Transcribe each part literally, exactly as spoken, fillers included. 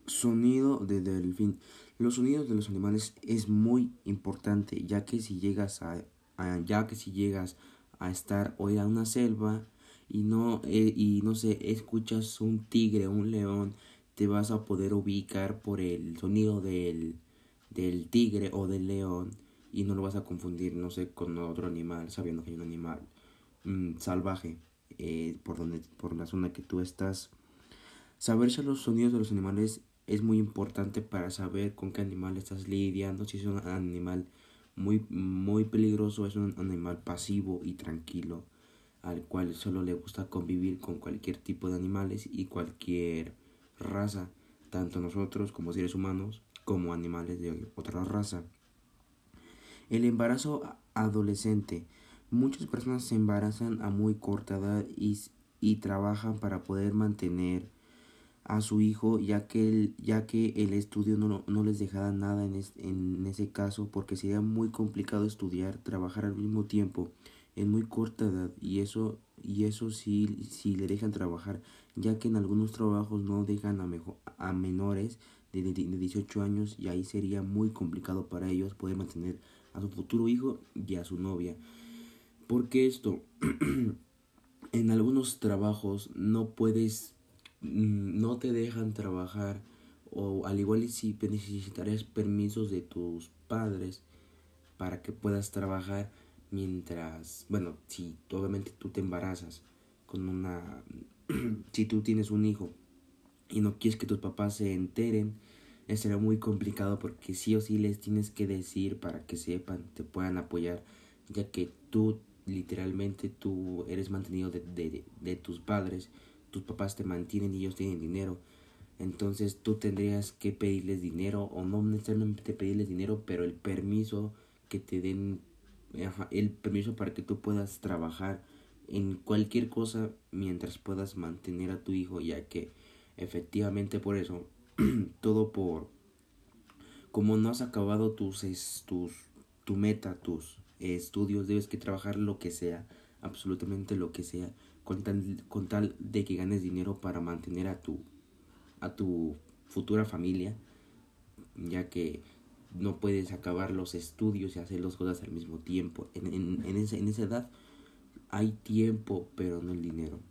Sonido de delfín. Los sonidos de los animales es muy importante, ya que si llegas a, a- ya que si llegas a estar o ir a una selva y no eh, y no sé, escuchas un tigre o un león, te vas a poder ubicar por el sonido del del tigre o del león y no lo vas a confundir, no sé, con otro animal, sabiendo que hay un animal mm, salvaje eh, por donde por la zona que tú estás. Saberse los sonidos de los animales es muy importante para saber con qué animal estás lidiando, si es un animal muy, muy peligroso, es un animal pasivo y tranquilo, al cual solo le gusta convivir con cualquier tipo de animales y cualquier raza, tanto nosotros como seres humanos, como animales de otra raza. El embarazo adolescente. Muchas personas se embarazan a muy corta edad y, y trabajan para poder mantener a su hijo, ya que el, ya que el estudio no, no les dejara nada en, es, en ese caso, porque sería muy complicado estudiar, trabajar al mismo tiempo en muy corta edad, y eso y eso sí, sí le dejan trabajar, ya que en algunos trabajos no dejan a, mejor, a menores de, de, de dieciocho años, y ahí sería muy complicado para ellos poder mantener a su futuro hijo y a su novia. Porque esto, en algunos trabajos no puedes, mm, no te dejan trabajar, o al igual y si necesitarías permisos de tus padres para que puedas trabajar mientras, bueno, si obviamente tú te embarazas con una, si tú tienes un hijo y no quieres que tus papás se enteren, será muy complicado porque sí o sí les tienes que decir para que sepan, te puedan apoyar, ya que tú literalmente tú eres mantenido de, de, de tus padres, tus papás te mantienen y ellos tienen dinero. Entonces tú tendrías que pedirles dinero, o no necesariamente pedirles dinero, pero el permiso que te den, el permiso para que tú puedas trabajar en cualquier cosa mientras puedas mantener a tu hijo, ya que efectivamente por eso todo por como no has acabado tus tus tu meta, tus estudios, debes que trabajar lo que sea, absolutamente lo que sea, con tal, con tal de que ganes dinero para mantener a tu a tu futura familia, ya que no puedes acabar los estudios y hacer las cosas al mismo tiempo. En, en, en, esa, en esa edad hay tiempo, pero no el dinero.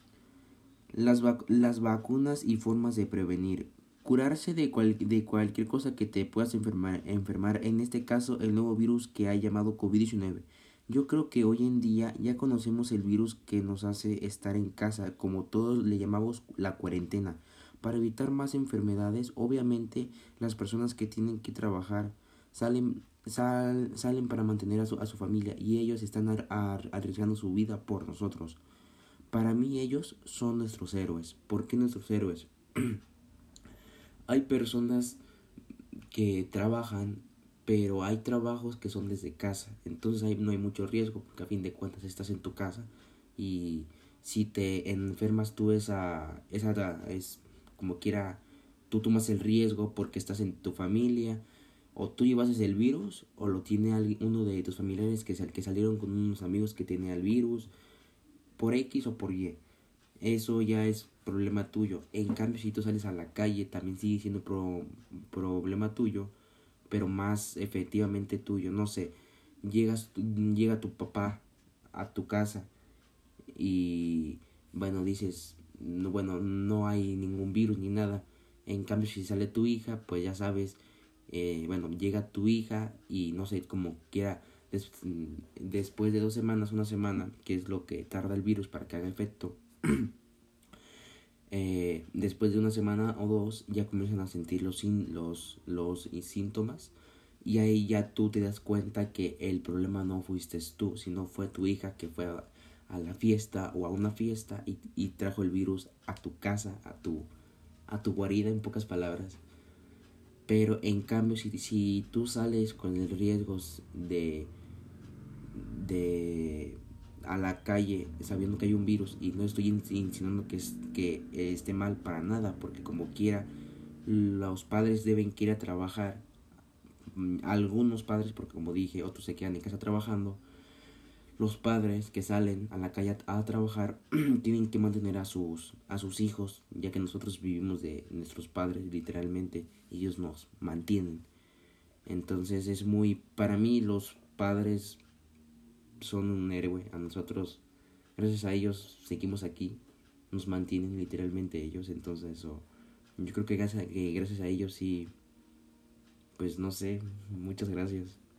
Las, vac las vacunas y formas de prevenir. Curarse de, cual de cualquier cosa que te puedas enfermar, enfermar, en este caso el nuevo virus que ha llamado COVID diecinueve. Yo creo que hoy en día ya conocemos el virus que nos hace estar en casa, como todos le llamamos la cuarentena, para evitar más enfermedades. Obviamente las personas que tienen que trabajar salen, sal, salen para mantener a su, a su familia, y ellos están ar, ar, arriesgando su vida por nosotros. Para mí ellos son nuestros héroes. ¿Por qué nuestros héroes? Hay personas que trabajan, pero hay trabajos que son desde casa. Entonces ahí no hay mucho riesgo, porque a fin de cuentas estás en tu casa, y si te enfermas tú esa, esa es como quiera, tú tomas el riesgo porque estás en tu familia, o tú llevas el virus, o lo tiene uno de tus familiares que, que salieron con unos amigos que tenía el virus, por X o por Y. Eso ya es problema tuyo. En cambio, si tú sales a la calle, también sigue siendo pro, problema tuyo, pero más efectivamente tuyo. No sé, llegas, llega tu papá a tu casa y, bueno, dices, no, bueno, no hay ningún virus ni nada. En cambio, si sale tu hija, pues ya sabes, eh, bueno, llega tu hija y no sé, como quiera, des, después de dos semanas, una semana, que es lo que tarda el virus para que haga efecto, eh, después de una semana o dos ya comienzan a sentir los, los, los síntomas, y ahí ya tú te das cuenta que el problema no fuiste tú, sino fue tu hija que fue a, a la fiesta o a una fiesta y, y trajo el virus a tu casa, a tu, a tu guarida, en pocas palabras. Pero en cambio, si, si tú sales con el riesgo de, de a la calle sabiendo que hay un virus, y no estoy insinuando que, es, que esté mal para nada, porque como quiera los padres deben que ir a trabajar, algunos padres, porque como dije, otros se quedan en casa trabajando, los padres que salen a la calle a, a trabajar tienen que mantener a sus a sus hijos, ya que nosotros vivimos de nuestros padres literalmente, y ellos nos mantienen. Entonces es muy, para mí los padres son un héroe. A nosotros, gracias a ellos seguimos aquí, nos mantienen literalmente ellos. Entonces oh, yo creo que gracias, que gracias a ellos sí, pues no sé, muchas gracias.